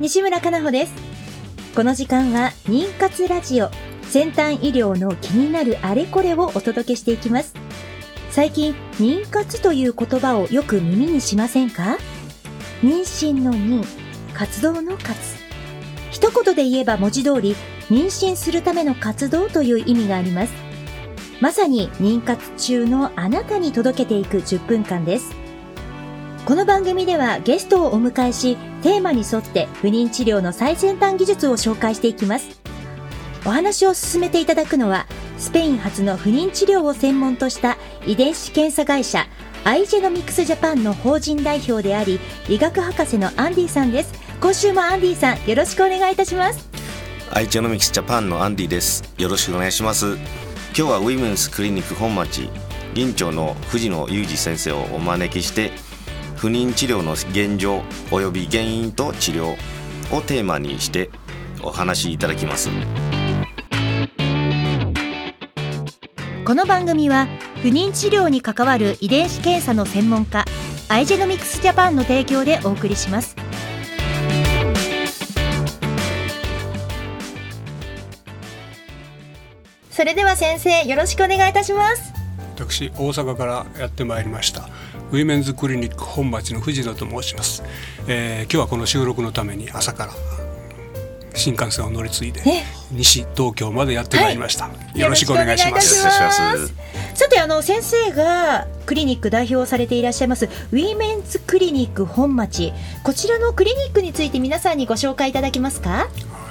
西村かなほです。この時間は妊活ラジオ、先端医療の気になるあれこれをお届けしていきます。最近妊活という言葉をよく耳にしませんか？妊娠の妊、活動の活。一言で言えば文字通り妊娠するための活動という意味があります。まさに妊活中のあなたに届けていく10分間です。この番組ではゲストをお迎えし、テーマに沿って不妊治療の最先端技術を紹介していきます。お話を進めていただくのは、スペイン発の不妊治療を専門とした遺伝子検査会社アイジェノミクスジャパンの法人代表であり、医学博士のアンディさんです。今週もアンディさん、よろしくお願いいたします。 アイジェノミクスジャパンのアンディです。よろしくお願いします。今日はウィメンスクリニック本町院長の藤野裕二先生をお招きして、不妊治療の現状および原因と治療をテーマにしてお話しいただきます。 この番組は不妊治療に関わる遺伝子検査の専門家アイジェノミクスジャパンの提供でお送りします。それでは先生、よろしくお願いいたします。 私、大阪からやってまいりましたウィメンズクリニック本町の藤野と申します。今日はこの収録のために朝から新幹線を乗り継いで西東京までやってまいりました、はい、よろしくお願いします。 さて、先生がクリニック代表をされていらっしゃいますウィメンズクリニック本町、こちらのクリニックについて皆さんにご紹介いただけますか？ はい、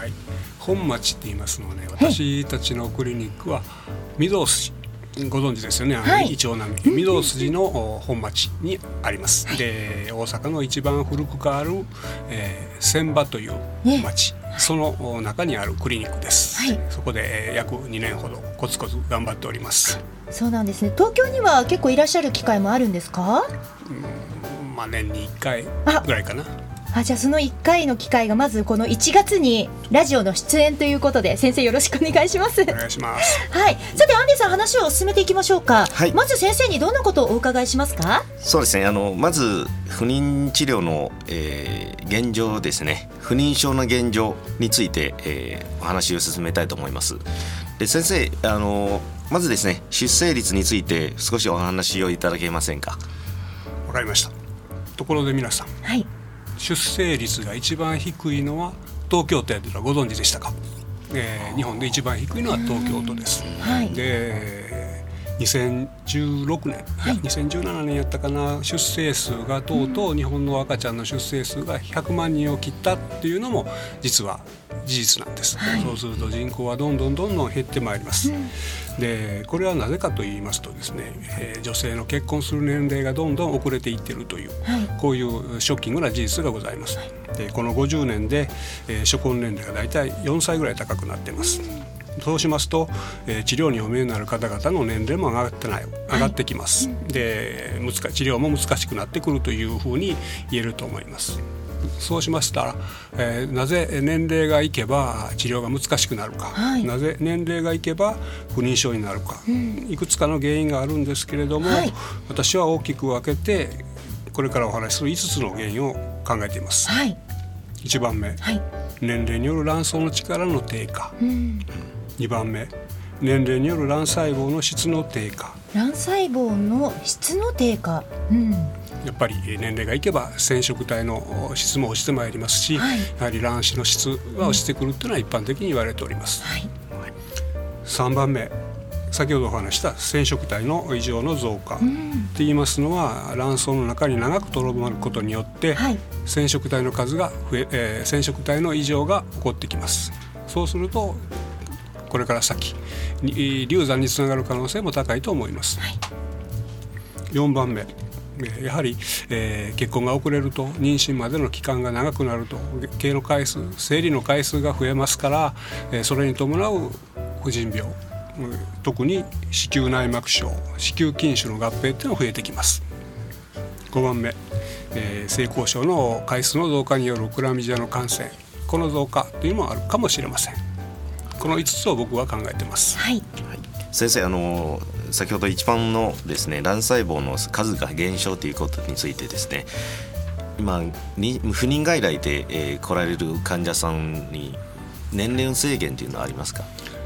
本町って言いますのはね、私たちのクリニックは御堂筋、ご存知ですよね。イチョウ並木御堂筋の本町にあります。で、大阪の一番古くからある、船場という町、その中にあるクリニックです、はい、そこで、約2年ほどコツコツ頑張っております。 そうなんですね。東京には結構いらっしゃる機会もあるんですか？ 年に1回ぐらいかな。 じゃあその1回の機会がまずこの1月にラジオの出演ということで、先生よろしくお願いします。 お願いします。 はい、さてアンディさん、話を進めていきましょうか、はい、まず先生にどんなことをお伺いしますか？ そうですね、まず不妊治療の、現状ですね、不妊症の現状について、お話を進めたいと思います。で、先生、まずですね、出生率について少しお話をいただけませんか？ わかりました。ところで皆さん、 はい、 出生率が一番低いのは東京都やというのはご存知でしたか？日本で一番低いのは東京都です、はい、で2016年、はい、2017年やったかな、出生数がとうとう日本の赤ちゃんの出生数が100万人を切ったっていうのも実は事実なんです、はい、そうすると人口はどんどん減ってまいります、でこれはなぜかと言いますとですね、女性の結婚する年齢がどんどん遅れていっているという、はい、こういうショッキングな事実がございます、はい、でこの50年で、初婚年齢がだいたい4歳ぐらい高くなっています。そうしますと、治療にお見えになる方々の年齢も上がってきます、はい、で治療も難しくなってくるというふうに言えると思います。そうしましたら、なぜ年齢がいけば治療が難しくなるか、はい、なぜ年齢がいけば不妊症になるか、いくつかの原因があるんですけれども、はい、私は大きく分けてこれからお話しする5つの原因を考えています、はい、1番目、はい、年齢による卵巣の力の低下、2番目、年齢による卵細胞の質の低下。 卵細胞の質の低下、 やっぱり年齢がいけば染色体の質も落ちてまいりますし、はい、やはり卵子の質が落ちてくるというのは一般的に言われております、はい、3番目、先ほどお話した染色体の異常の増加、って言いますのは卵巣の中に長くとどまることによって、はい、染色体の数が染色体の異常が起こってきます。そうするとこれから先流産につながる可能性も高いと思います、はい、4番目、やはり、結婚が遅れると妊娠までの期間が長くなると経の回数、生理の回数が増えますから、それに伴う婦人病、特に子宮内膜症、子宮筋腫の合併というのが増えてきます。5番目、性交渉の回数の増加によるクラミジアの感染、この増加というのもあるかもしれません。この5つを僕は考えています、 はい、 先生、先ほど一般のですね、卵細胞の数が減少ということについてですね、 今不妊外来で、来られる患者さんに年齢制限というのはありますか？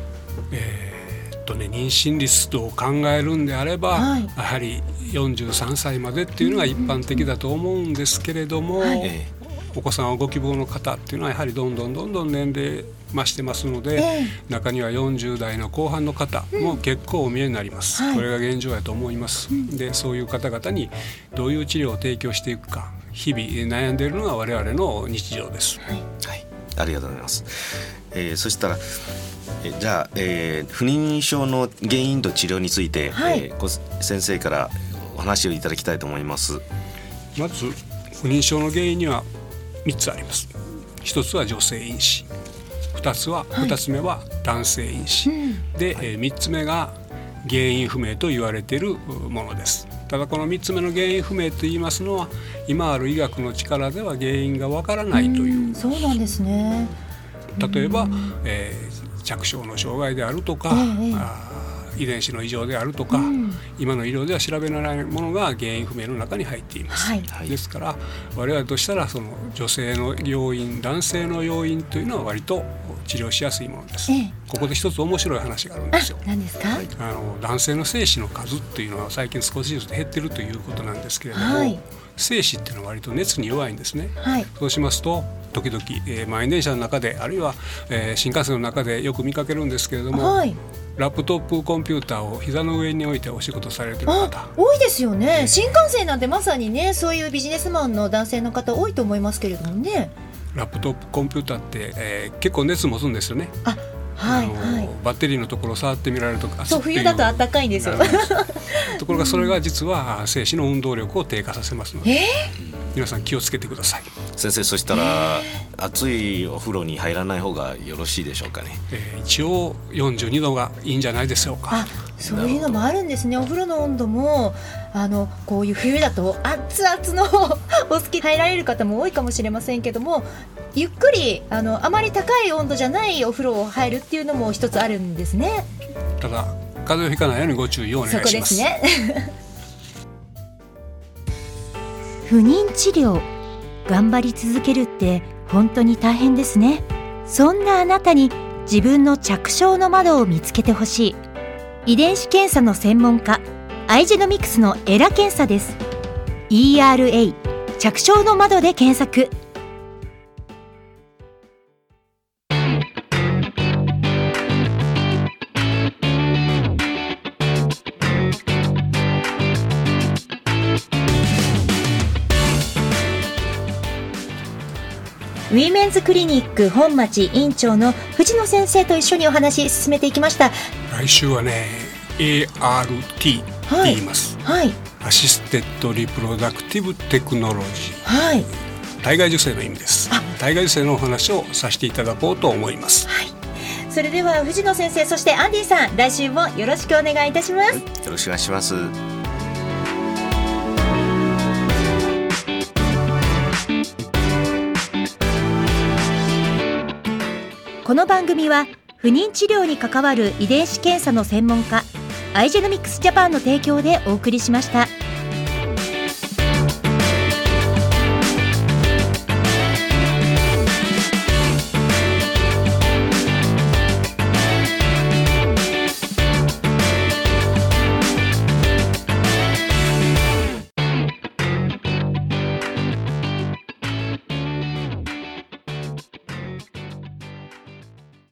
妊娠率を考えるんであれば、はい、やはり43歳までっていうのが一般的だと思うんですけれども、お子さんをご希望の方っていうのはやはりどんどん年齢増してますので、中には40代の後半の方も結構お見えになります、これが現状やと思います、でそういう方々にどういう治療を提供していくか日々悩んでいるのが我々の日常です。 はい、ありがとうございます。そしたらじゃあ、不妊症の原因と治療について、先生からお話をいただきたいと思います。 まず不妊症の原因には3つあります。1つは女性因子、2つ目は男性因子、で、3つ目が原因不明と言われているものです。ただこの3つ目の原因不明と言いますのは今ある医学の力では原因がわからないという。 そうなんですね。 例えば、着床の障害であるとか、遺伝子の異常であるとか、今の医療では調べられないものが原因不明の中に入っています、ですから我々としたらその女性の要因男性の要因というのは割と治療しやすいものです、ここで一つ面白い話があるんですよ。 何ですか？ 男性の精子の数っていうのは最近少しずつ減ってるということなんですけれども、精子っていうのは割と熱に弱いんですね、そうしますと時々、満員電車の中であるいは、新幹線の中でよく見かけるんですけれども、ラップトップコンピューターを膝の上に置いてお仕事されている方多いですよね、新幹線なんてまさにねそういうビジネスマンの男性の方多いと思いますけれどもね。 ラップトップコンピューターって、結構熱持つんですよね。バッテリーのところを触ってみられるとか、 そう冬だと暖かいんですよところがそれが実は精子の運動力を低下させますので、皆さん気をつけてください。 先生、そしたら熱いお風呂に入らない方がよろしいでしょうかね。 一応42度がいいんじゃないでしょうか。 そういうのもあるんですね。お風呂の温度もこういう冬だと熱々のお好き入られる方も多いかもしれませんけども、ゆっくりあまり高い温度じゃないお風呂を入るっていうのも一つあるんですね。 ただ風邪をひかないようにご注意をお願いします。 そこですね不妊治療頑張り続けるって本当に大変ですね。そんなあなたに自分の着床の窓を見つけてほしい。遺伝子検査の専門家アイジェノミクスのエラ検査です。 ERA 着床の窓で検索。ウィメンズクリニック本町院長の藤野先生と一緒にお話進めていきました。 来週はね ART って言います、アシステッドリプロダクティブテクノロジー、体外受精の意味です。体外受精のお話をさせていただこうと思います、 それでは藤野先生そしてアンディさん、来週もよろしくお願いいたします、 よろしくお願いします。 この番組は不妊治療に関わる遺伝子検査の専門家アイジェノミクスジャパンの提供でお送りしました。